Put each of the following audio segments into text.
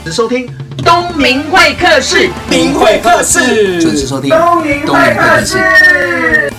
时收听东明会客室， 明会客室， 准时收听东明会客室。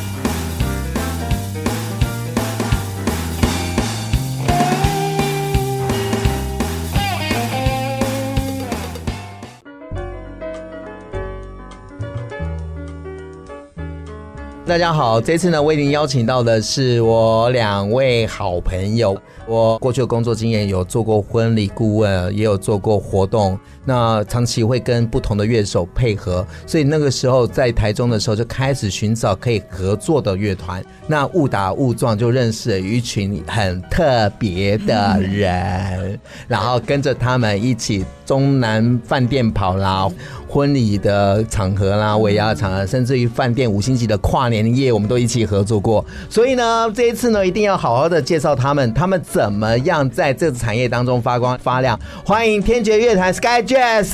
大家好，这次呢，为您邀请到的是我2位好朋友。我过去的工作经验有做过婚礼顾问，也有做过活动，那长期会跟不同的乐手配合，所以那个时候在台中的时候就开始寻找可以合作的乐团。那误打误撞就认识了一群很特别的人，然后跟着他们一起中南饭店跑啦，婚礼的场合啦，尾牙的场合，甚至于饭店5星级的跨年夜，我们都一起合作过。所以呢，这一次呢，一定要好好的介绍他们怎么样在这个产业当中发光发亮。欢迎天爵乐团 Sky Jazz。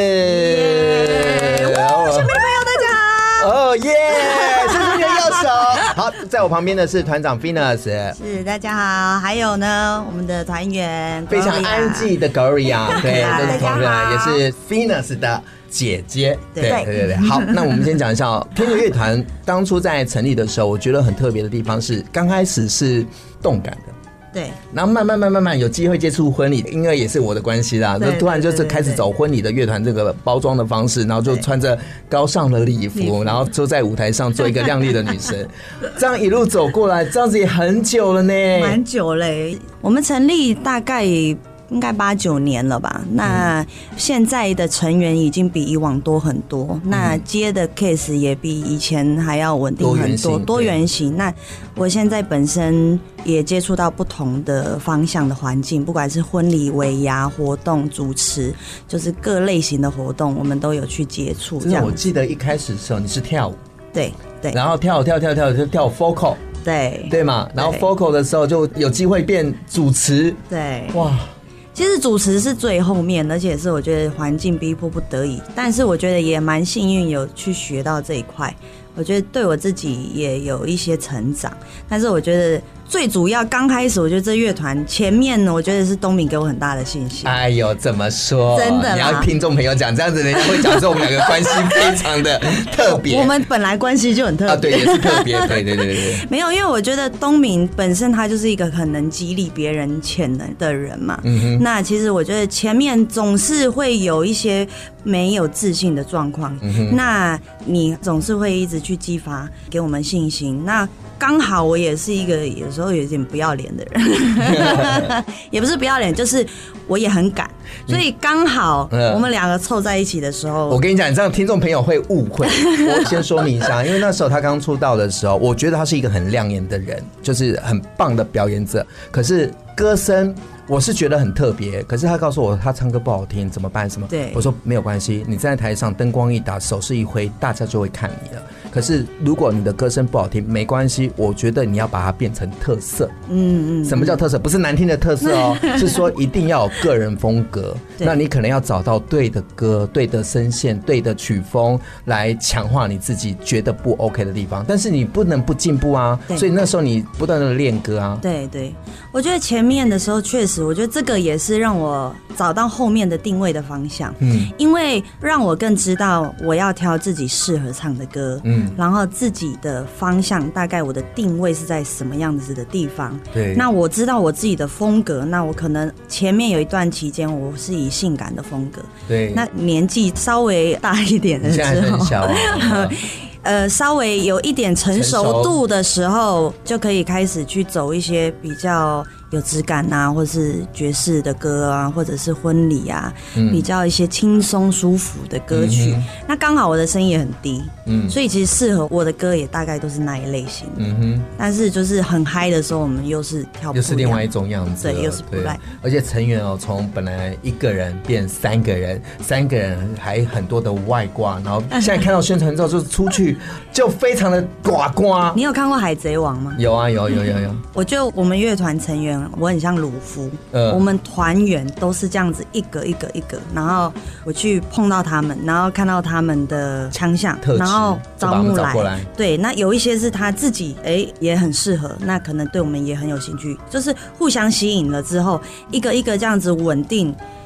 小朋友大家好。 哦耶！这是你的右手。好，在我旁边的是团长 Venus。 是大家好，还有呢，我们的团员非常安静的 Gloria， 对， 大家好， 也是 Venus 的姐姐。对。好，那我们先讲一下天爵乐团当初在成立的时候，我觉得很特别的地方是，刚开始是动感的。 对， 然后慢慢有机会接触婚礼，因为也是我的关系啦，就突然就是开始走婚礼的乐团这个包装的方式，然后就穿着高尚的礼服，然后就在舞台上做一个靓丽的女生，这样一路走过来，这样子也很久了呢， 蛮久嘞。我们成立大概应该8、9年了吧。那现在的成员已经比以往多很多，那接的 case 也比以前还要稳定很多，多元型。那我现在本身也接触到不同的方向的环境，不管是婚礼、尾牙活动、主持，就是各类型的活动，我们都有去接触。这样， 我记得一开始的时候你是跳舞， 对， 然后跳 vocal，对嘛，然后 vocal 的时候就有机会变主持， 对， 哇。 其实主持是最后面，而且是我觉得环境逼迫不得已，但是我觉得也蛮幸运有去学到这一块，我觉得对我自己也有一些成长。但是我觉得最主要刚开始，我觉得这乐团前面呢，我觉得是东明给我很大的信心。 哎呦，怎么说？ 真的啦， 你要听众朋友讲，这样子人家会讲说我们2个关系非常的特别。 我们本来关系就很特别啊， 对，也是特别，对。 没有，因为我觉得东明本身他就是一个很能激励别人潜能的人嘛。那其实我觉得前面总是会有一些没有自信的状况，那你总是会一直去激发给我们信心。那刚好我也是一个有时候有点不要脸的人，也不是不要脸，就是我也很赶，所以刚好我们2个凑在一起的时候， 我跟你讲，你这样听众朋友会误会。我先说明一下，因为那时候他刚出道的时候，我觉得他是一个很亮眼的人，就是很棒的表演者，可是歌声我是觉得很特别，可是他告诉我他唱歌不好听怎么办？什么？ 对， 我说没有关系，你站在台上，灯光一打，手势一挥，大家就会看你了。可是如果你的歌声不好听，没关系，我觉得你要把它变成特色。什么叫特色？不是难听的特色哦，是说一定要有个人风格。那你可能要找到对的歌、对的声线、对的曲风来强化你自己觉得不 OK 的地方，但是你不能不进步啊。所以那时候你不断的练歌啊。 对，我觉得前面的时候确实，我觉得这个也是让我找到后面的定位的方向。因为让我更知道我要挑自己适合唱的歌。然后自己的方向，大概我的定位是在什么样子的地方。 对， 那我知道我自己的风格，那我可能前面有一段期间我是以性感的风格。 对， 那年纪稍微大一点的时候， 现在很小啊。 稍微有一点成熟度的时候，就可以开始去走一些比较有质感啊，或者是爵士的歌啊，或者是婚礼啊，比较一些轻松舒服的歌曲。那刚好我的声音也很低，所以其实适合我的歌也大概都是那一类型。但是就是很嗨的时候，我们又是跳不一样， 又是另外一种样子， 对，又是不赖。 而且成员从本来1个人变3个人，3个人还很多的外挂，然后现在看到宣传照就出去就非常的呱呱。 你有看过《海贼王》吗？ 有啊，有。 我觉得我们乐团成员，我很像鲁夫，我们团员都是这样子一个，然后我去碰到他们，然后看到他们的强项，然后招募来。对，那有一些是他自己也很适合，那可能对我们也很有兴趣，就是互相吸引了之后，一个这样子稳定。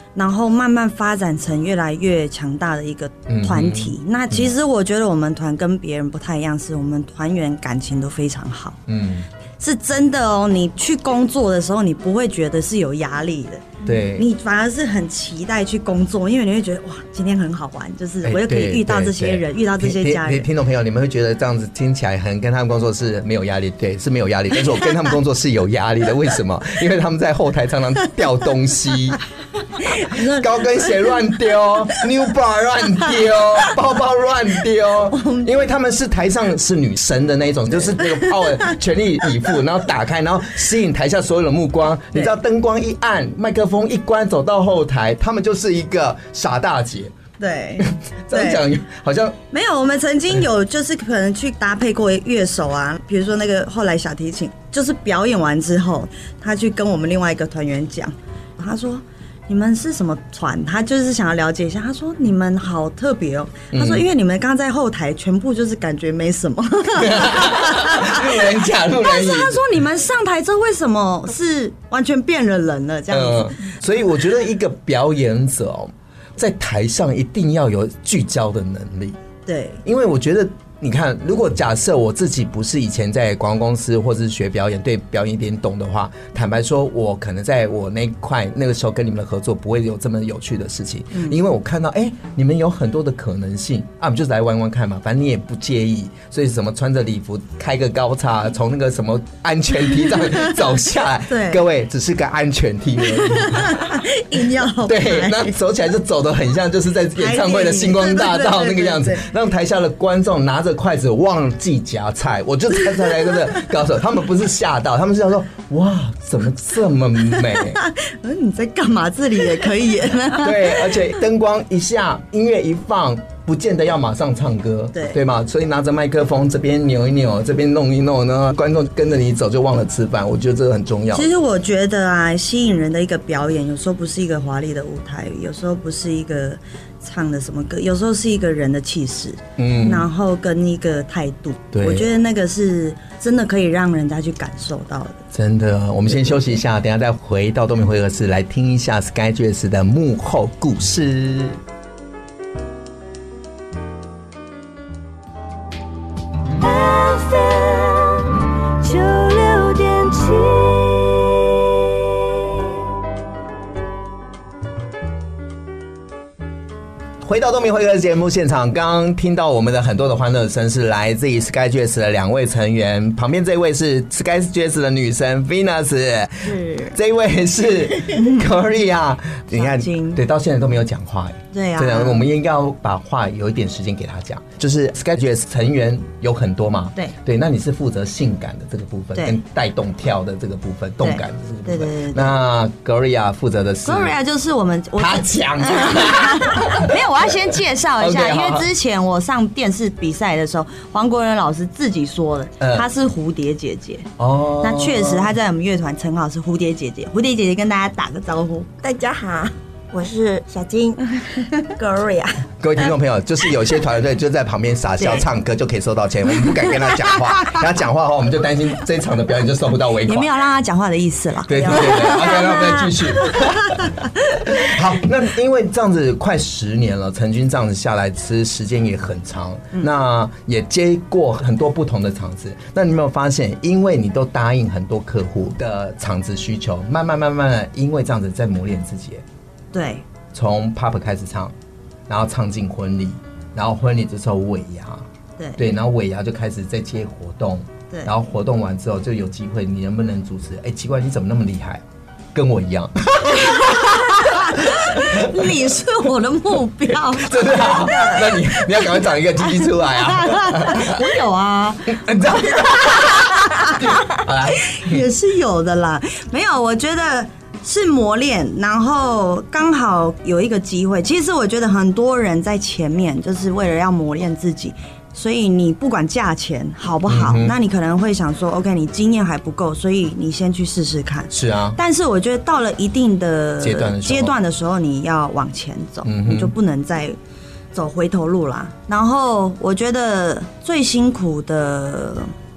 然后慢慢发展成越来越强大的一个团体。那其实我觉得我们团跟别人不太一样，是我们团员感情都非常好。是真的哦，你去工作的时候，你不会觉得是有压力的。 对， 你反而是很期待去工作，因为你会觉得哇，今天很好玩，就是我又可以遇到这些人，遇到这些家人。 听众朋友，你们会觉得这样子听起来很跟他们工作是没有压力，对，是没有压力。但是我跟他们工作是有压力的，为什么？因为他们在后台常常掉东西，高跟鞋乱丢 ，New Bar 乱丢，包包乱丢，因为他们是台上是女神的那一种，就是那个 power 全力以赴，然后打开，然后吸引台下所有的目光。你知道灯光一暗，麦克风一关，走到后台，他们就是一个傻大姐。 对， 这样讲好像没有。我们曾经有就是可能去搭配过乐手啊，比如说那个后来小提琴，就是表演完之后，他去跟我们另外一个团员讲，他说。你们是什么团？他就是想要了解一下。他说你们好特别哦。他说因为你们刚在后台，全部就是感觉没什么。路人甲，路人乙。 但是他说你们上台之后为什么是完全变了人了这样子？ 所以我觉得一个表演者哦，在台上一定要有聚焦的能力。 对， 因为我觉得。你看，如果假设我自己不是以前在广告公司或者是学表演，对表演一点懂的话，坦白说，我可能在我那块那个时候跟你们的合作不会有这么有趣的事情，因为我看到你们有很多的可能性啊，我们就是来玩玩看嘛，反正你也不介意，所以什么穿着礼服开个高叉，从那个什么安全梯这样走下来， 对， 各位只是个安全梯而已， 硬要对，那走起来就走得很像就是在演唱会的星光大道那个样子，让台下的观众拿着筷子忘记夹菜，我就猜来个高手，他们不是吓到，他们是想说哇，怎么这么美？ 你在干嘛？这里也可以演。 对，而且灯光一下，音乐一放，不见得要马上唱歌，对吗？所以拿着麦克风，这边扭一扭，这边弄一弄呢，观众跟着你走就忘了吃饭，我觉得这个很重要。 其实我觉得啊，吸引人的一个表演，有时候不是一个华丽的舞台，有时候不是一个唱的什么歌，有时候是一个人的气势，然后跟一个态度，我觉得那个是真的可以让人家去感受到的。 真的，我们先休息一下，等一下再回到东明会客室来听一下 SkyJazz 的幕后故事。回到东明会客节目现场，刚刚听到我们的很多的欢乐声是来自于 SkyJazz 的2位成员，旁边这位是 SkyJazz 的女神 Venus， 这一位是 Gloria， 你看，对，到现在都没有讲话。 对啊， 我们应该要把话有一点时间给他讲。就是 SkyJazz 成员有很多嘛，对，那你是负责性感的这个部分，跟带动跳的这个部分，动感的这个部分。对。那 Gloria 负责的是 Gloria 就是他讲没有，我要先介绍一下，因为之前我上电视比赛的时候，黄国仁老师自己说的，她是蝴蝶姐姐。哦，那确实她在我们乐团称号是蝴蝶姐姐。蝴蝶姐姐跟大家打个招呼， 大家好。我是小金 Gloria。 各位听众朋友，就是有些团队就在旁边傻笑唱歌就可以收到钱，我们不敢跟他讲话，跟他讲话的话我们就担心这一场的表演就收不到尾款。 也没有让他讲话的意思啦。 对 OK， 那我们再继续。好，那因为这样子快10年了，成军这样子下来其实时间也很长，那也接过很多不同的场子。那你有没有发现，因为你都答应很多客户的场子需求，慢慢的因为这样子在磨练自己。 对， 从 pop 开始唱，然后唱进婚礼，然后婚礼之后尾牙，对，然后尾牙就开始在接活动，对，然后活动完之后就有机会，你能不能主持？奇怪，你怎么那么厉害？跟我一样。 你是我的目标， 真的啊？那你要赶快长一个鸡鸡出来啊！ 我有啊， 你知道？ 也是有的啦。没有，我觉得是磨练，然后刚好有一个机会。其实我觉得很多人在前面就是为了要磨练自己，所以你不管价钱好不好，那你可能会想说 OK 你经验还不够，所以你先去试试看。 是啊， 但是我觉得到了一定的阶段的时候你要往前走，你就不能再走回头路啦。然后我觉得最辛苦的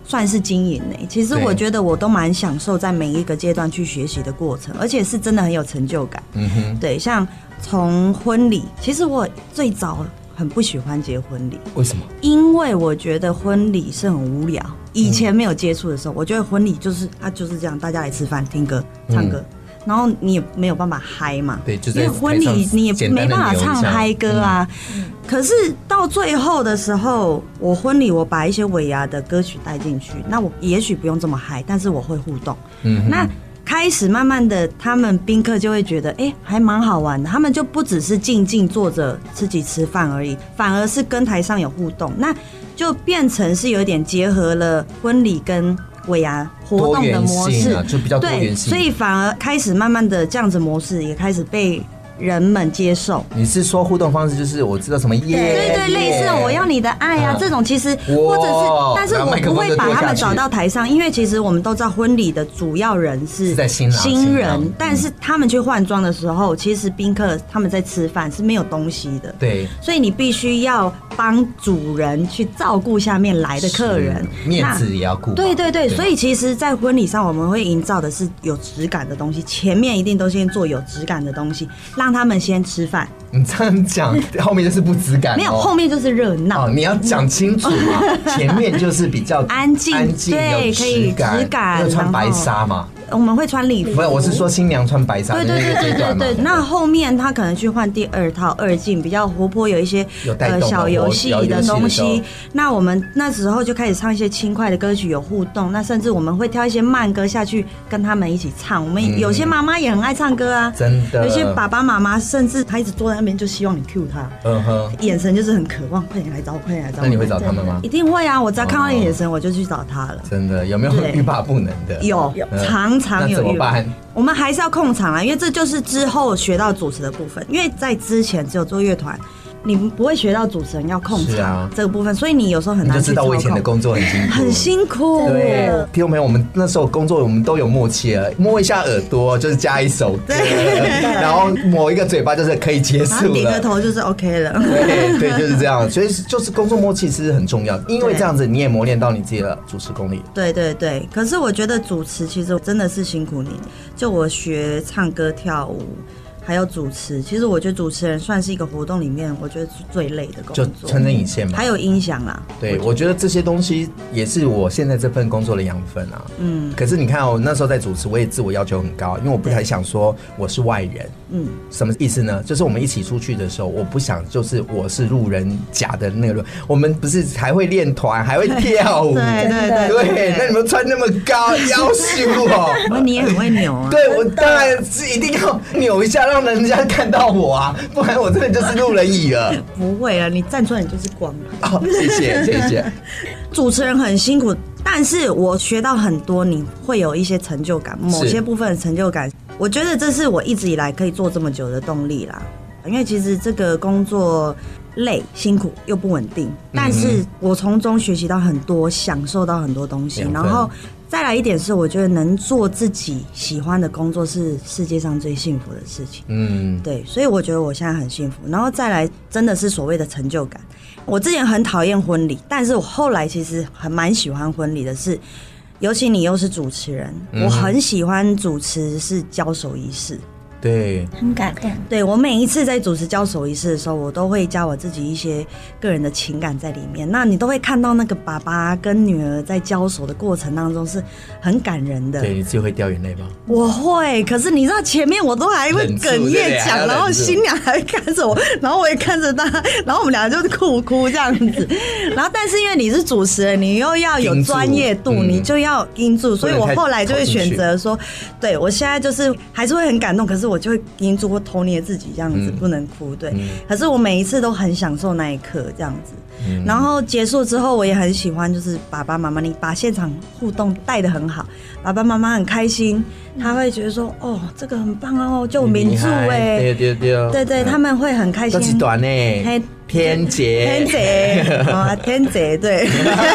算是经营呢。其实我觉得我都蛮享受在每一个阶段去学习的过程，而且是真的很有成就感。对，像从婚礼，其实我最早很不喜欢结婚礼。 为什么？ 因为我觉得婚礼是很无聊。以前没有接触的时候，我觉得婚礼就是就是这样，大家来吃饭、听歌、唱歌。然后你也没有办法嗨嘛， 对，就因为婚礼你也没办法唱嗨歌啊。可是到最后的时候，我婚礼我把一些尾牙的歌曲带进去，那我也许不用这么嗨，但是我会互动。那开始慢慢的，他们宾客就会觉得，还蛮好玩的。他们就不只是静静坐着自己吃饭而已，反而是跟台上有互动，那就变成是有点结合了婚礼跟尾牙活动的模式， 就比较多元性， 对，所以反而开始慢慢的这样子模式也开始被人们接受。 你是说互动方式就是我知道什么对，类似我要你的爱啊，这种其实或者是，但是我不会把他们找到台上，因为其实我们都知道婚礼的主要人是新人，但是他们去换装的时候，其实宾客他们在吃饭是没有东西的， 对， 所以你必须要帮主人去照顾下面来的客人， 面子也要顾。 对，所以其实，在婚礼上我们会营造的是有质感的东西，前面一定都先做有质感的东西，让他们先吃饭。 你这样讲，后面就是不质感， 没有，后面就是热闹。 你要讲清楚嘛，前面就是比较安静，对，可以质感。 要穿白纱嘛？ 我们会穿礼服， 不是，我是说新娘穿白纱的那个阶段嘛。 对，那后面他可能去换第二套二进，比较活泼，有一些小游戏的东西。那我们那时候就开始唱一些轻快的歌曲，有互动。那甚至我们会挑一些慢歌下去跟他们一起唱。我们有些妈妈也很爱唱歌啊， 真的。 有些爸爸妈妈甚至他一直坐在那边就希望你 cue 他，眼神就是很渴望，快点来找我，快点来找我。 那你会找他们吗？ 一定会啊！我只要看到眼神，我就去找他了。 真的，有没有欲罢不能的？ 有，常常有。 那怎么办？ 我们还是要控场啊，因为这就是之后学到主持的部分。因为在之前只有做乐团，你不会学到主持人要控场这个部分，所以你有时候很难去操控。 你就知道我以前的工作很辛苦， 很辛苦。 对，听众朋友，我们那时候工作我们都有默契了，摸一下耳朵就是加一首歌，然后抹一个嘴巴就是可以结束了， 点个头就是 OK 了。 对，就是这样，所以就是工作默契其实很重要，因为这样子你也磨练到你自己的主持功力。 对，可是我觉得主持其实真的是辛苦你，就我学唱歌跳舞。还有主持，其实我觉得主持人算是一个活动里面，我觉得是最累的工作， 就穿针引线嘛， 还有音响啦。 对，我觉得这些东西也是我现在这份工作的养分啊。可是你看我那时候在主持，我也自我要求很高，因为我不太想说我是外人。什么意思呢？就是我们一起出去的时候，我不想就是我是路人甲的那个，我们不是还会练团，还会跳舞。对，那你们穿那么高，要羞哦。 你也很会扭啊。 对，我当然是一定要扭一下，让人家看到我啊，不然我真的就是路人乙了。 不会啊，你站出来你就是光了。 谢谢。 主持人很辛苦，但是我学到很多，你会有一些成就感，某些部分的成就感。我觉得这是我一直以来可以做这么久的动力啦。因为其实这个工作累、辛苦又不稳定，但是我从中学习到很多，享受到很多东西。然后再来一点是，我觉得能做自己喜欢的工作是世界上最幸福的事情。对，所以我觉得我现在很幸福。然后再来，真的是所谓的成就感。我之前很讨厌婚礼，但是我后来其实蛮喜欢婚礼的是，尤其你又是主持人，我很喜欢主持是交手仪式。 对， 很感动。 对，我每一次在主持交手仪式的时候，我都会加我自己一些个人的情感在里面。那你都会看到那个爸爸跟女儿在交手的过程当中是很感人的。 对，你自己会掉眼泪吗？ 我会，可是你知道前面我都还会哽咽讲，然后新娘还会看着我，然后我也看着她，然后我们两个就哭这样子。然后但是因为你是主持人，你又要有专业度，你就要盯住，所以我后来就会选择说，对，我现在就是还是会很感动，可是我就会盯住或偷捏自己这样子，不能哭。对，可是我每一次都很享受那一刻这样子。然后结束之后，我也很喜欢，就是爸爸妈妈，你把现场互动带得很好，爸爸妈妈很开心，他会觉得说，哦，这个很棒哦，就民助哎， 对， 他们会很开心。 都是短呢， 天杰， 天杰对，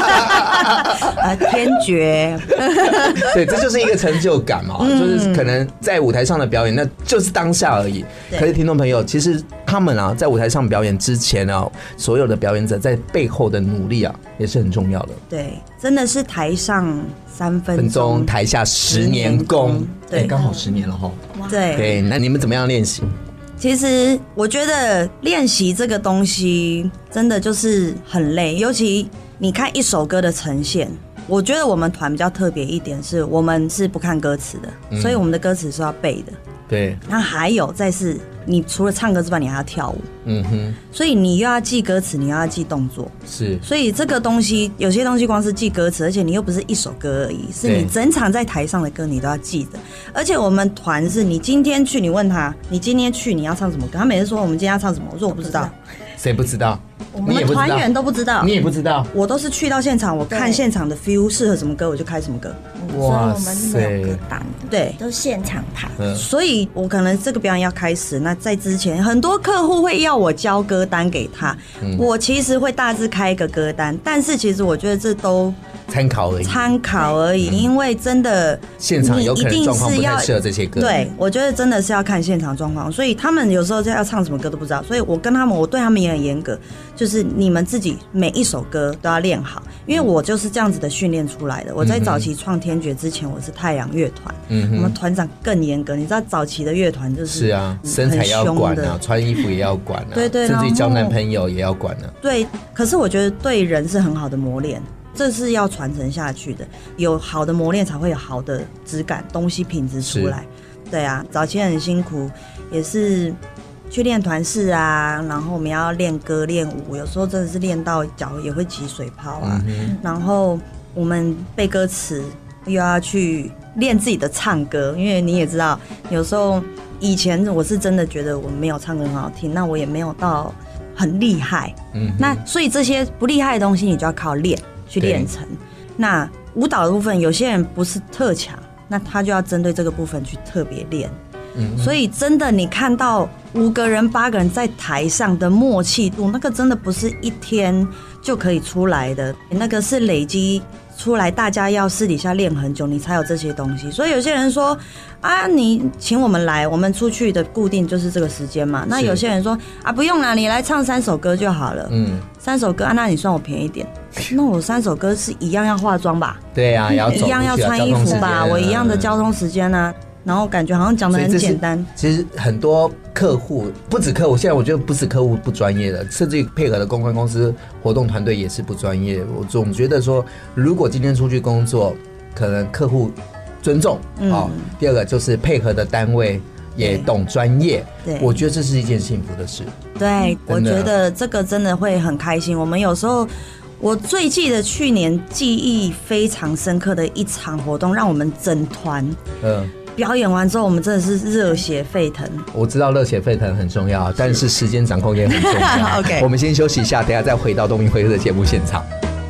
天绝， 对，这就是一个成就感嘛，就是可能在舞台上的表演，那就是当下而已。可是听众朋友，其实他们啊，在舞台上表演之前啊，所有的表演者在背后的努力啊，也是很重要的。 对，真的是台上3分钟， 台下10年功，对，刚好10年了哈。对，那你们怎么样练习？ 其实我觉得练习这个东西真的就是很累，尤其你看一首歌的呈现。我觉得我们团比较特别一点是，我们是不看歌词的，所以我们的歌词是要背的。对，那还有再是，你除了唱歌之外，你还要跳舞。所以你又要记歌词，你又要记动作。是，所以这个东西，有些东西光是记歌词，而且你又不是一首歌而已，是你整场在台上的歌你都要记得。而且我们团是你今天去，你问他，你今天去你要唱什么歌，他每次说我们今天要唱什么，我说我不知道。谁不知道？我们团员都不知道，你也不知道。我都是去到现场，我看现场的 feel 适合什么歌，我就开什么歌。 哇塞，所以我们没有歌单，对，都现场排。 所以我可能这个表演要开始，那在之前很多客户会要我交歌单给他，我其实会大致开一个歌单，但是其实我觉得这都参考而已，因为真的现场有可能状况不太适合这些歌。对，我觉得真的是要看现场状况，所以他们有时候要唱什么歌都不知道，所以我对他们也很严格，就是你们自己每一首歌都要练好，因为我就是这样子的训练出来的。我在早期创天爵之前，我是太阳乐团，我们团长更严格，你知道早期的乐团就是啊，身材要管啊，穿衣服也要管啊，对，甚至于交男朋友也要管啊。对，可是我觉得对人是很好的磨练。这是要传承下去的，有好的磨练才会有好的质感，东西品质出来。对啊，早期很辛苦，也是去练团式啊，然后我们要练歌练舞，有时候真的是练到脚也会起水泡啊。然后我们背歌词又要去练自己的唱歌，因为你也知道，有时候以前我是真的觉得我没有唱歌很好听，那我也没有到很厉害。那所以这些不厉害的东西，你就要靠练。去练成。那舞蹈的部分，有些人不是特强，那他就要针对这个部分去特别练。所以真的，你看到5个人、8个人在台上的默契度，那个真的不是一天就可以出来的，那个是累积出来，大家要私底下练很久，你才有这些东西。所以有些人说啊，你请我们来，我们出去的固定就是这个时间嘛。那有些人说啊，不用啦，你来唱3首歌就好了。3首歌啊，那你算我便宜一点。那我3首歌是一样要化妆吧？对啊，要一样要穿衣服吧？我一样的交通时间啊。然后感觉好像讲得很简单。其实很多客户，不止客户，现在我觉得不止客户不专业的，甚至于配合的公关公司、活动团队也是不专业。我总觉得说，如果今天出去工作，可能客户尊重第二个就是配合的单位也懂专业，我觉得这是一件幸福的事。对，我觉得这个真的会很开心。我们有时候。我最记得去年记忆非常深刻的一场活动，让我们整团表演完之后，我们真的是热血沸腾。我知道热血沸腾很重要，但是时间掌控也很重要。OK， 我们先休息一下，等一下再回到东明会客的节目现场。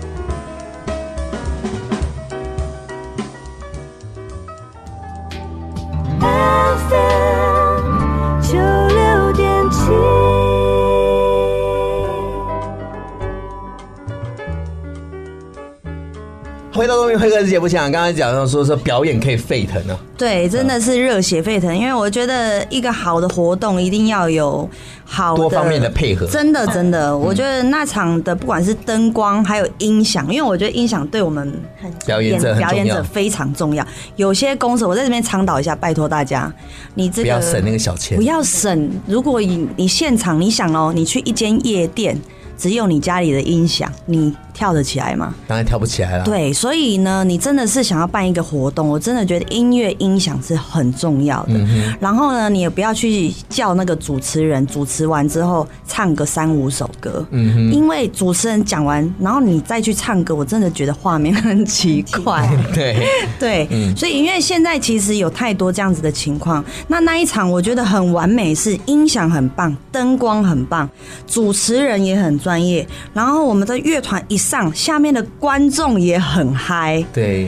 回到东明会客的节目现场，刚才讲到说表演可以沸腾啊，对，真的是热血沸腾。因为我觉得一个好的活动一定要有好的多方面的配合，真的，我觉得那场的不管是灯光还有音响，因为我觉得音响对我们表演者非常重要。有些公司我在这边倡导一下，拜托大家，你这个不要省那个小钱，不要省。如果你现场你想你去一间夜店。只有你家里的音响，你跳得起来吗？当然跳不起来了。对，所以呢，你真的是想要办一个活动，我真的觉得音乐音响是很重要的。然后呢，你也不要去叫那个主持人，主持完之后唱个3-5首歌，因为主持人讲完，然后你再去唱歌，我真的觉得画面很奇怪。对，所以因为现在其实有太多这样子的情况，那一场我觉得很完美，是音响很棒，灯光很棒，主持人也很专业，然后我们的乐团一上，下面的观众也很嗨。对，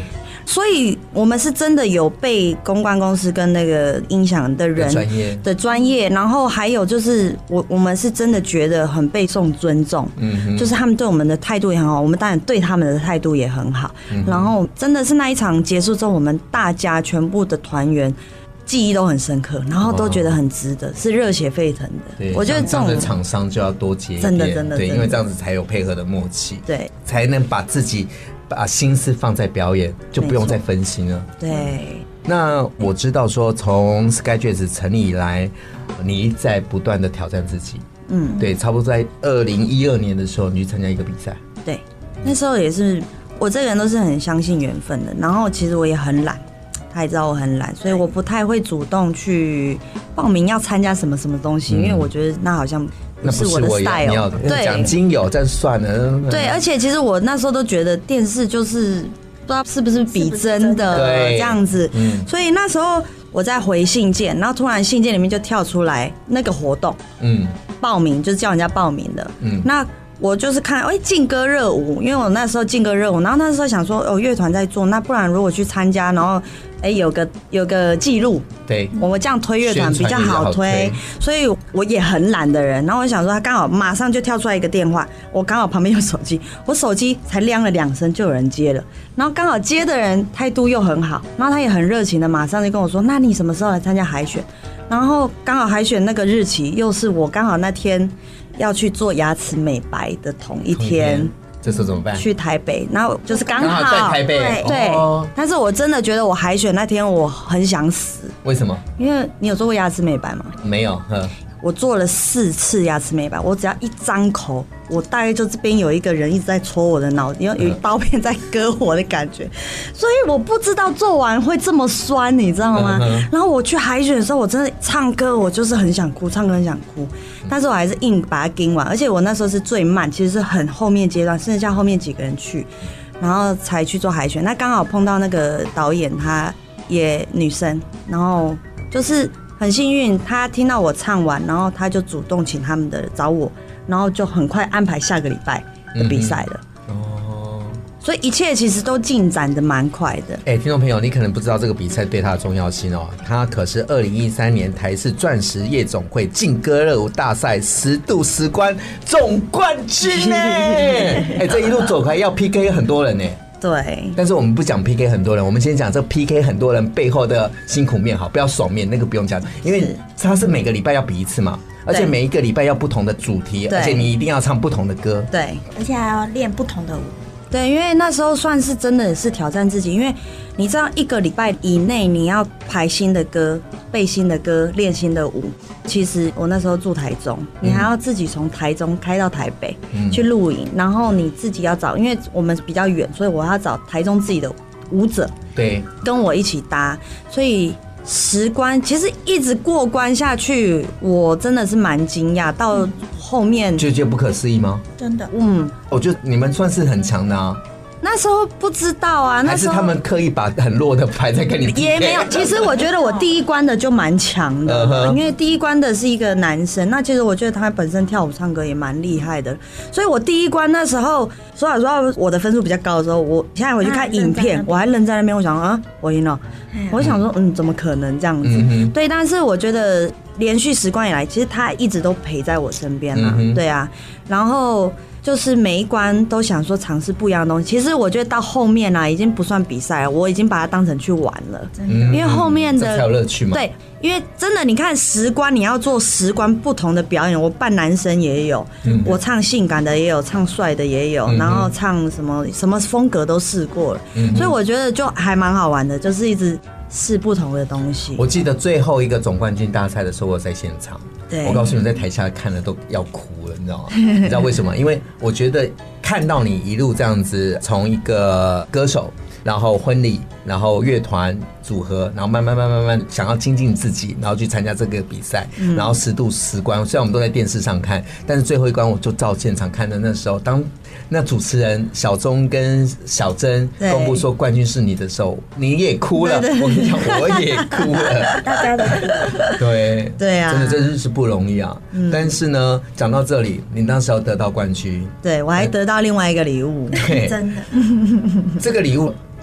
所以我们是真的有被公关公司跟那个音响的人的专业，然后还有就是我们是真的觉得很被受尊重，就是他们对我们的态度也很好，我们当然对他们的态度也很好，然后真的是那一场结束之后，我们大家全部的团员记忆都很深刻，然后都觉得很值得，是热血沸腾的。 对， 我觉得这种的厂商就要多接一点， 真的， 对，因为这样子才有配合的默契， 对， 才能把心思放在表演，就不用再分心了。 对。 那我知道说，从 SkyJazz 成立以来，你一直在不断的挑战自己。对，差不多在2012年的时候，你去参加一个比赛。 对，那时候也是我这个人都是很相信缘分的，然后其实我也很懒。他也知道我很懒，所以我不太会主动去报名要参加什么什么东西，因为我觉得那好像不是我的 style。 对，奖金有，但算了。 对，而且其实我那时候都觉得电视就是不知道是不是比真的这样子，所以那时候我在回信件，然后突然信件里面就跳出来那个活动，报名就是叫人家报名的，那。我就是看劲歌热舞，因为我那时候劲歌热舞，然后那时候想说乐团在做，那不然如果去参加，然后有个记录，对，我们这样推乐团比较好推，所以我也很懒的人，然后我想说他刚好马上就跳出来一个电话，我刚好旁边有手机，我手机才亮了2声就有人接了，然后刚好接的人态度又很好，然后他也很热情的马上就跟我说，那你什么时候来参加海选？然后刚好海选那个日期又是我刚好那天要去做牙齿美白的同一天， 这时候怎么办？ 去台北，然后就是刚好在台北， 对。但是我真的觉得我海选那天我很想死。 为什么？ 因为你有做过牙齿美白吗？ 没有。 我做了4次牙齿美白，我只要一张口，我大概就这边有一个人一直在戳我的脑，有一刀片在割我的感觉，所以我不知道做完会这么酸，你知道吗？然后我去海选的时候，我真的唱歌，我就是很想哭，唱歌很想哭，但是我还是硬把它盯完，而且我那时候是最慢，其实是很后面阶段，剩下后面几个人去，然后才去做海选。那刚好碰到那个导演，她也女生，然后就是很幸运，他听到我唱完，然后他就主动请他们的找我，然后就很快安排下个礼拜的比赛了。所以一切其实都进展的蛮快的。 听众朋友，你可能不知道这个比赛对他的重要性哦。他可是2013年台视钻石夜总会劲歌热舞大赛10度10关总冠军呢。这一路走开要 PK 很多人呢。 对， 但是我们不讲 PK 很多人，我们先讲这 PK 很多人背后的辛苦面，好，不要爽面，那个不用讲，因为他是每个礼拜要比一次嘛，而且每一个礼拜要不同的主题，而且你一定要唱不同的歌， 对， 而且还要练不同的舞。 对，因为那时候算是真的是挑战自己，因为你知道1个礼拜以内你要排新的歌、背新的歌、练新的舞。其实我那时候住台中，你还要自己从台中开到台北去录影，然后你自己要找，因为我们比较远，所以我要找台中自己的舞者， 对， 跟我一起搭，所以10关其实一直过关下去，我真的是蛮惊讶。到后面就觉得不可思议吗？ 真的， 我觉得你们算是很强的啊。 那时候不知道啊，那时候还是他们刻意把很弱的牌在跟你 PK？ 也没有。其实我觉得我第一关的就蛮强的，因为第一关的是一个男生，那其实我觉得他本身跳舞唱歌也蛮厉害的，所以我第一关那时候说老实话，我的分数比较高的时候，我现在回去看影片，我还愣在那边，我想我赢了，我想说怎么可能这样子？对，但是我觉得连续10关以来，其实他一直都陪在我身边啦，对啊，然后。就是每一关都想说尝试不一样的东西。其实我觉得到后面已经不算比赛了，我已经把它当成去玩了。因为后面的这才有乐趣嘛。 对，因为真的你看10关，你要做10关不同的表演。我扮男生也有，我唱性感的也有，唱帅的也有，然后唱什么风格都试过了。所以我觉得就还蛮好玩的，就是一直试不同的东西。 我记得最后一个总冠军大赛的时候，我在现场。我告诉你，在台下看了都要哭了，你知道吗？你知道为什么？因为我觉得看到你一路这样子，从一个歌手，然后婚礼，然后乐团组合，然后慢慢想要精进自己，然后去参加这个比赛，然后10度10关。虽然我们都在电视上看，但是最后一关我就到现场看的。那时候，当那主持人小钟跟小珍公布说冠军是你的时候，你也哭了。我跟你讲，我也哭了， 大家都哭了。 对对啊， 真的这日子不容易啊。但是呢，讲到这里，你当时要得到冠军， 对我还得到另外一个礼物， 真的。 这个礼物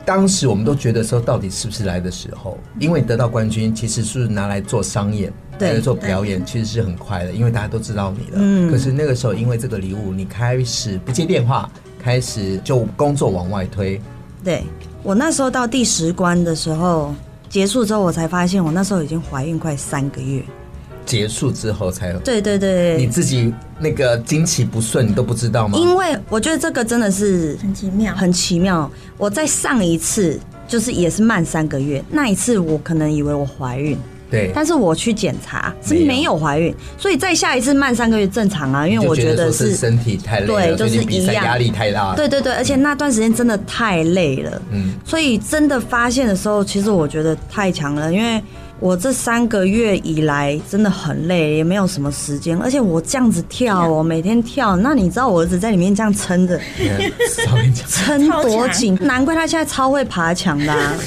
当时我们都觉得说，到底是不是来的时候？因为得到冠军其实是拿来做商演，拿来做表演，其实是很快的，因为大家都知道你了。可是那个时候，因为这个礼物，你开始不接电话，开始就工作往外推。 对，我那时候到第10关的时候结束之后，我才发现我那时候已经怀孕快3个月。 结束之后才有， 对对对， 你自己那个经期不顺，你都不知道吗？ 因为我觉得这个真的是很奇妙， 很奇妙。我在上一次就是也是慢3个月，那一次我可能以为我怀孕， 对， 但是我去检查是没有怀孕，所以再下一次慢3个月正常啊，因为我觉得是身体太累了， 对，就是比赛压力太大了， 对对对，而且那段时间真的太累了，所以真的发现的时候，其实我觉得太强了，因为我这3个月以来真的很累，也没有什么时间，而且我这样子跳哦，每天跳，那你知道我儿子在里面这样撑着，撑多紧，难怪他现在超会爬墙的啊！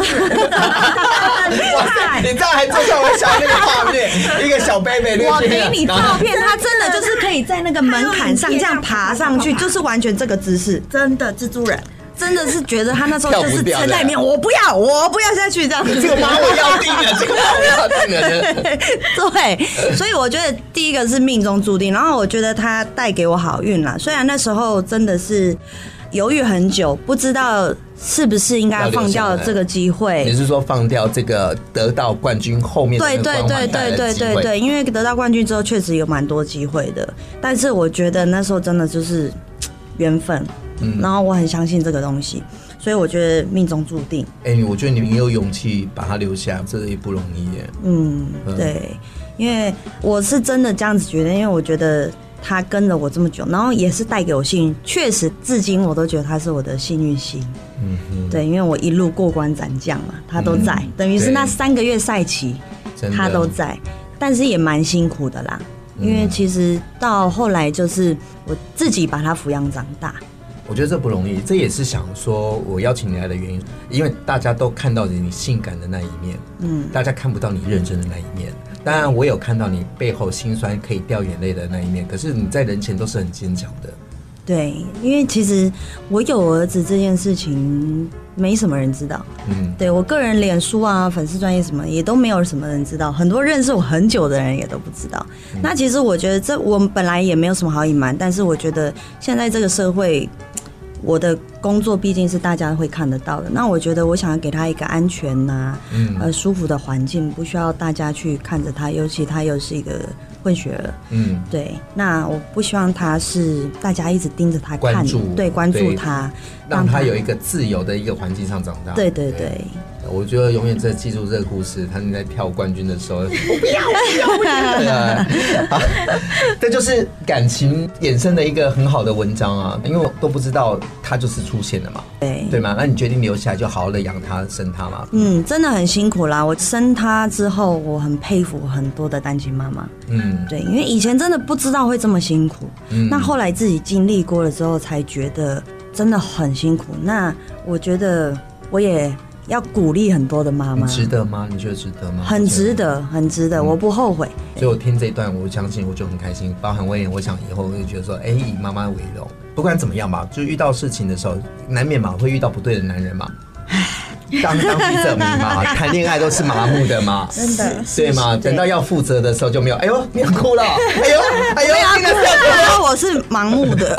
哇塞，你这样还做出我想那个画面，一个小 baby， 我给你照片，他真的就是可以在那个门槛上这样爬上去，就是完全这个姿势， 真的蜘蛛人。 真的是觉得他那时候就是撑在里面，我不要下去这样子。 这个妈我要定了，这个妈我要定了。 对，所以我觉得第一个是命中注定，然后我觉得他带给我好运啦。虽然那时候真的是犹豫很久，不知道是不是应该放掉这个机会。 你是说放掉这个得到冠军后面的那个光环带来的机会？ 对，因为得到冠军之后确实有蛮多机会的，但是我觉得那时候真的就是缘分。然后我很相信这个东西，所以我觉得命中注定。 我觉得你有勇气把它留下，这也不容易耶。 对，因为我是真的这样子觉得，因为我觉得他跟了我这么久，然后也是带给我幸运，确实至今我都觉得他是我的幸运星。对，因为我一路过关斩将嘛，他都在，等于是那3个月赛期他都在，但是也蛮辛苦的啦。因为其实到后来就是我自己把他抚养长大。 我觉得这不容易，这也是想说我邀请你来的原因，因为大家都看到你性感的那一面，大家看不到你认真的那一面。当然，我有看到你背后心酸可以掉眼泪的那一面，可是你在人前都是很坚强的。 对，因为其实我有儿子这件事情，没什么人知道。对我个人脸书啊、粉丝专页什么也都没有什么人知道，很多认识我很久的人也都不知道。那其实我觉得我们本来也没有什么好隐瞒，但是我觉得现在这个社会。我的工作毕竟是大家会看得到的，那我觉得我想要给他一个安全舒服的环境，不需要大家去看着他，尤其他又是一个混血儿，对，那我不希望他是大家一直盯着他看，关注他， 让他有一个自由的一个环境上长大。 对， 我觉得永远在记住这个故事，他们在跳冠军的时候，我不要，这就是感情衍生的一个很好的文章啊，因为我都不知道他就是出现了嘛，对吗？那你决定留下来，就好好的养他、生他嘛。真的很辛苦啦。我生他之后，我很佩服很多的单亲妈妈。对，因为以前真的不知道会这么辛苦，那后来自己经历过了之后，才觉得真的很辛苦。那我觉得我也。要鼓励很多的妈妈， 值得吗？你觉得值得吗？ 很值得，很值得，我不后悔。 所以我听这一段，我相信我就很开心。包含威廉，我想以后会觉得说，以妈妈为荣。不管怎么样吧，就遇到事情的时候，难免嘛会遇到不对的男人嘛。当局者迷嘛，谈恋爱都是麻木的嘛， 真的， 对嘛？等到要负责的时候就没有。哎呦，你要哭了！哎呦，这个是我是盲目的。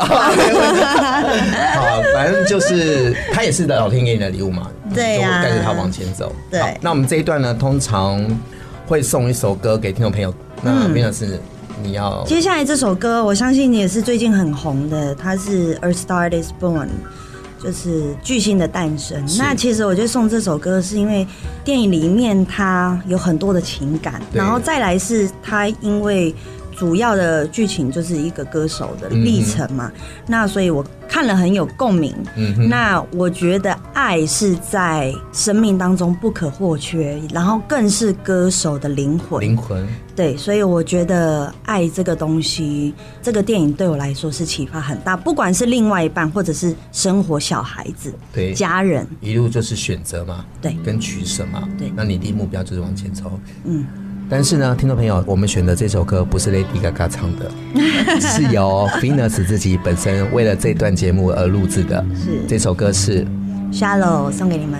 好，反正就是他也是老天给你的礼物嘛， 对呀， 就带着他往前走。 对， 那我们这一段呢，通常会送一首歌给听众朋友。那边的是你要接下来这首歌，我相信也是最近很红的，它是《A Star Is Born》。就是巨星的诞生。那其实我觉得送这首歌是因为电影里面它有很多的情感，然后再来是它因为主要的剧情就是一个歌手的历程嘛，那所以我看了很有共鸣。那我觉得爱是在生命当中不可或缺，然后更是歌手的灵魂。对，所以我觉得爱这个东西，这个电影对我来说是启发很大，不管是另外一半或者是生活小孩子、对家人， 一路就是选择嘛， 对， 跟取舍嘛， 对， 那你的目标就是往前走。但是呢，听众朋友，我们选的这首歌不是 Lady Gaga 唱的，是由 Venus 自己本身为了这段节目而录制的。是这首歌是 Shallow 送给你们。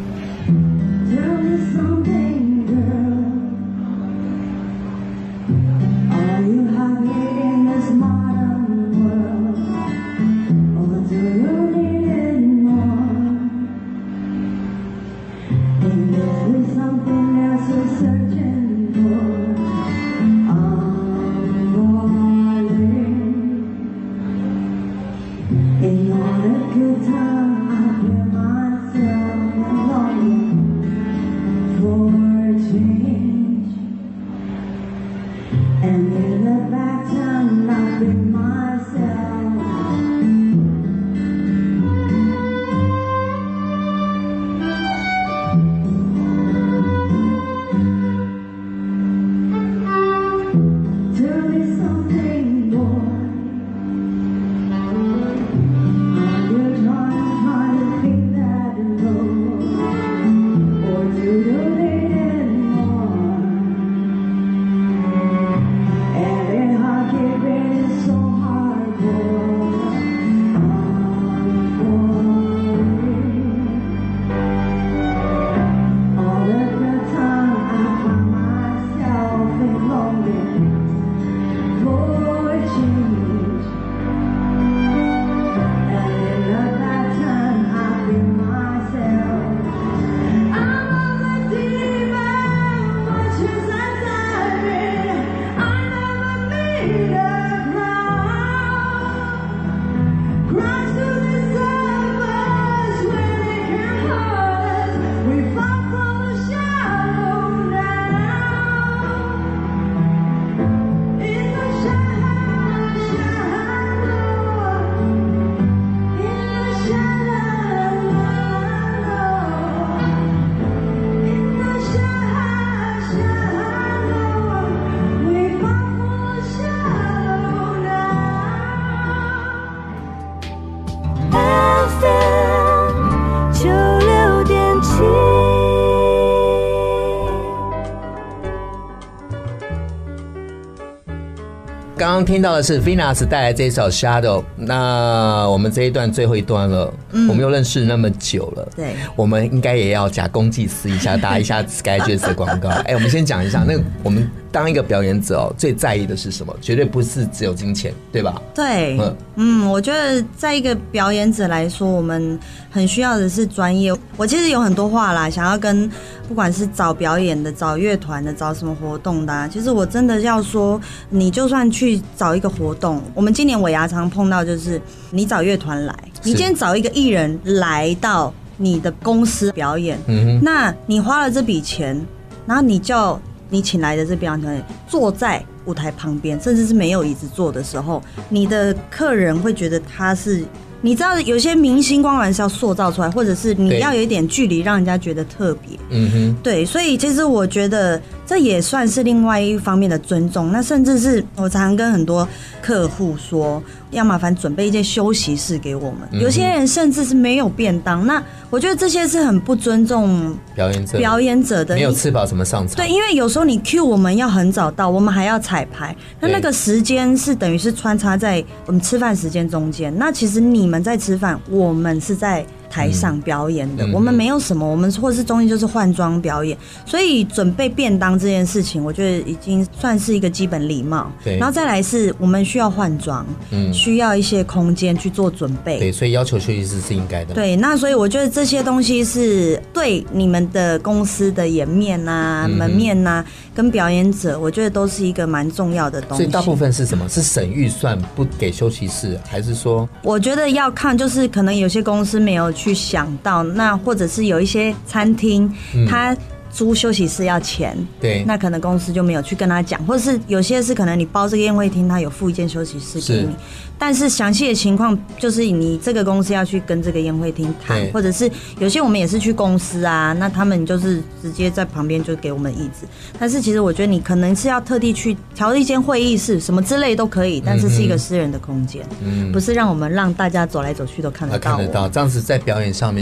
刚刚听到的是 Venus 带来这一首 Shadow， 那我们这一段最后一段了，我们又认识那么久了， 对， 我们应该也要假公济私一下，打一下 SkyJazz 的广告。我们先讲一下，那我们当一个表演者最在意的是什么？绝对不是只有金钱，对吧？ 对，我觉得在一个表演者来说，我们很需要的是专业。我其实有很多话啦，想要跟不管是找表演的、找乐团的、找什么活动的其实我真的要说，你就算去找一个活动，我们今年尾牙常碰到就是你找乐团来，你今天找一个艺人来到你的公司表演，那你花了这笔钱，然后你请来的这表演团坐在舞台旁边，甚至是没有椅子坐的时候，你的客人会觉得他是，你知道有些明星光环是要塑造出来，或者是你要有一点距离，让人家觉得特别。对，所以其实我觉得这也算是另外一方面的尊重。那甚至是我常跟很多客户说，要麻烦准备一间休息室给我们。有些人甚至是没有便当，那我觉得这些是很不尊重表演者的。 没有吃饱怎么上场？ 对，因为有时候你 cue 我们要很早到，我们还要彩排，那个时间是等于是穿插在我们吃饭时间中间。那其实你们在吃饭，我们是在台上表演的，我们没有什么，我们或是中间就是换装表演，所以准备便当这件事情，我觉得已经算是一个基本礼貌。对，然后再来是我们需要换装，需要一些空间去做准备。 对，所以要求休息室是应该的。 对，那所以我觉得这些东西是对你们的公司的颜面啊、门面啊，跟表演者，我觉得都是一个蛮重要的东西。 所以大部分是什么？是省预算不给休息室，还是说？ 我觉得要看，就是可能有些公司没有去想到，那或者是有一些餐厅，它租休息室要钱，对，那可能公司就没有去跟他讲，或者是有些是可能你包这个宴会厅，他有附一间休息室给你，但是详细的情况就是你这个公司要去跟这个宴会厅谈，或者是有些我们也是去公司啊，那他们就是直接在旁边就给我们椅子，但是其实我觉得你可能是要特地去调一间会议室什么之类都可以，但是是一个私人的空间，不是让大家走来走去都看得到。 这样子在表演上面就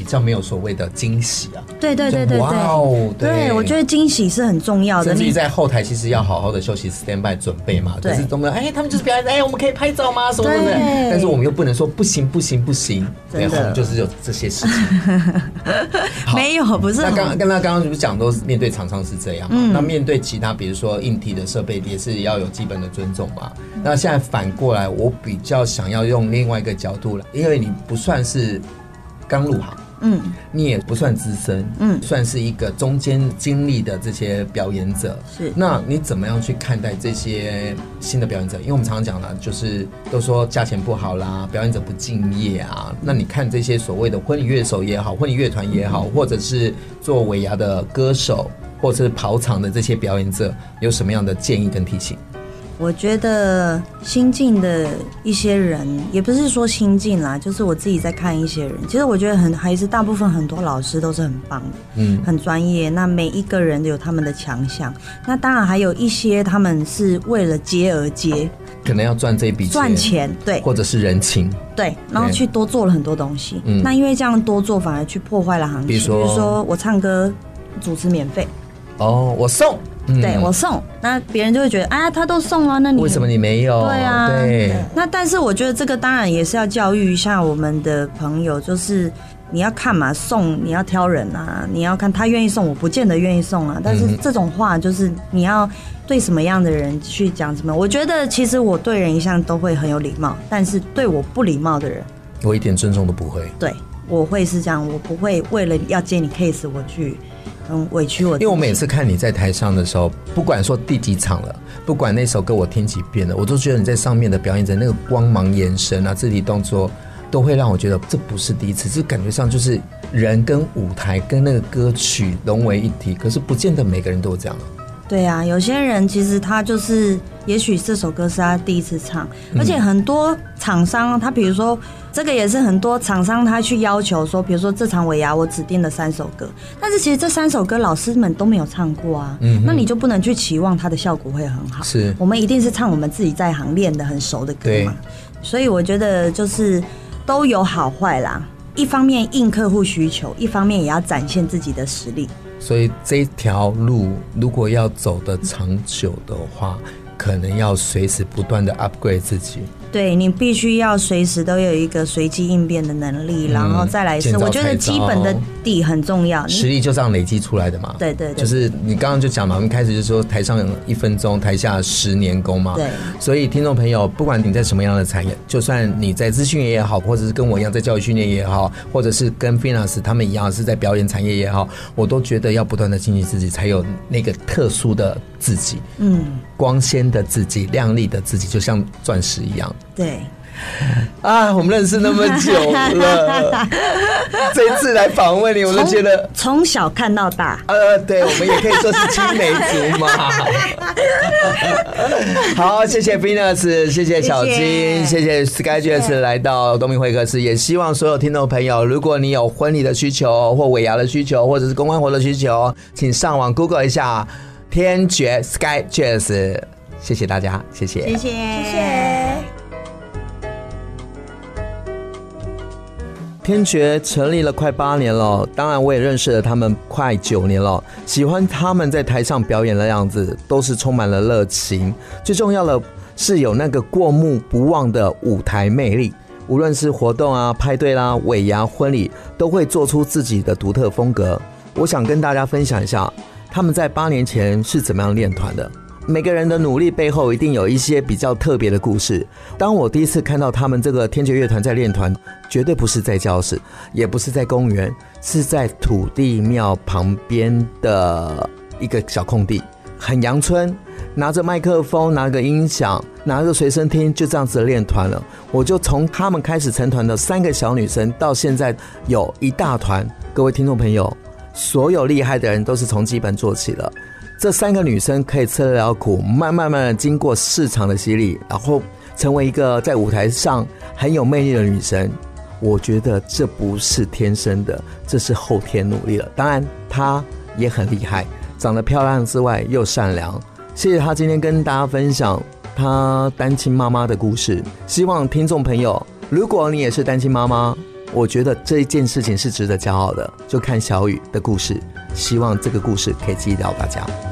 比较没有所谓的惊喜啊。 对， 哇哦， 对，我觉得惊喜是很重要的。 甚至于在后台其实要好好的休息 stand by 准备嘛，可是都没有，他们就是表演，我们可以拍照吗？什么的，但是我们又不能说不行，对，我们就是有这些事情。 没有，不是。 那刚刚不是讲都是面对厂商是这样嘛？那面对其他比如说硬体的设备也是要有基本的尊重嘛。那现在反过来，我比较想要用另外一个角度来，因为你不算是刚入行。你也不算资深，算是一个中间经历的这些表演者。是，那你怎么样去看待这些新的表演者？因为我们常常讲了，就是都说价钱不好啦，表演者不敬业啊。那你看这些所谓的婚礼乐手也好，婚礼乐团也好，或者是做尾牙的歌手，或者是跑场的这些表演者，有什么样的建议跟提醒？ 我觉得新进的一些人，也不是说新进啦，就是我自己在看一些人。其实我觉得还是大部分很多老师都是很棒的，很专业。那每一个人有他们的强项。那当然还有一些他们是为了接而接， 可能要赚这一笔钱， 赚钱，对， 或者是人情， 对，然后去多做了很多东西。那因为这样多做，反而去破坏了行情。比如说我唱歌主持免费， 我送。 对，我送，那别人就会觉得，他都送了，那你为什么你没有？ 对啊， 对。 那但是我觉得这个当然也是要教育一下我们的朋友，就是你要看嘛，送你要挑人啊，你要看他愿意送，我不见得愿意送啊。但是这种话就是你要对什么样的人去讲什么。我觉得其实我对人一向都会很有礼貌，但是对我不礼貌的人， 我一点尊重都不会。 对，我会是这样，我不会为了要接你 case 我去。委屈我， 因为我每次看你在台上的时候，不管说第几场了，不管那首歌我听几遍了，我都觉得你在上面的表演者那个光芒眼神啊，肢体动作都会让我觉得这不是第一次，这感觉上就是人跟舞台跟那个歌曲融为一体。可是不见得每个人都这样。 对啊，有些人其实他就是也许这首歌是他第一次唱，而且很多厂商他比如说这个也是很多厂商他去要求说，比如说这场尾牙我指定了3首歌，但是其实这3首歌老师们都没有唱过啊，那你就不能去期望它的效果会很好。是，我们一定是唱我们自己在行练的很熟的歌嘛。所以我觉得就是都有好坏啦，一方面应客户需求，一方面也要展现自己的实力。 所以这条路如果要走得长久的话，可能要随时不断的 upgrade 自己。 对，你必须要随时都有一个随机应变的能力，然后再来是我觉得基本的底很重要，实力就这样累积出来的嘛。对，就是你刚刚就讲嘛，我们开始就说台上1分钟，台下10年功嘛。对，所以听众朋友，不管你在什么样的产业，就算你在资讯业也好，或者是跟我一样在教育训练也好，或者是跟 Venus 他们一样是在表演产业也好，我都觉得要不断的精进自己，才有那个特殊的自己，光鲜的自己，亮丽的自己，就像钻石一样。对啊，我们认识那么久了，这一次来访问你，我就觉得从小看到大。 对，我们也可以说是青梅竹马。好，谢谢 Venus， 谢谢小金，谢谢 SkyJazz 来到东明会客室。也希望所有听众朋友，如果你有婚礼的需求，或尾牙的需求，或者是公关活的需求，请上网 Google 一下天爵 SkyJazz。谢谢大家，谢谢， 谢谢，谢谢。 天爵成立了快8年了，当然我也认识了他们快9年了，喜欢他们在台上表演的样子，都是充满了热情，最重要的是有那个过目不忘的舞台魅力，无论是活动啊、派对啦、尾牙、婚礼，都会做出自己的独特风格。我想跟大家分享一下他们在8年前是怎么样练团的。每个人的努力背后一定有一些比较特别的故事。当我第一次看到他们这个天爵乐团在练团，绝对不是在教室，也不是在公园，是在土地庙旁边的一个小空地，很阳春，拿着麦克风，拿个音响，拿个随身听，就这样子练团了。我就从他们开始成团的3个小女生，到现在有一大团。各位听众朋友，所有厉害的人都是从基本做起的。这3个女生可以吃得了苦，慢慢的经过市场的洗礼，然后成为一个在舞台上很有魅力的女生。我觉得这不是天生的，这是后天努力了。当然她也很厉害，长得漂亮之外又善良。谢谢她今天跟大家分享她单亲妈妈的故事。希望听众朋友，如果你也是单亲妈妈， 我觉得这一件事情是值得骄傲的，就看小雨的故事，希望这个故事可以激励到大家。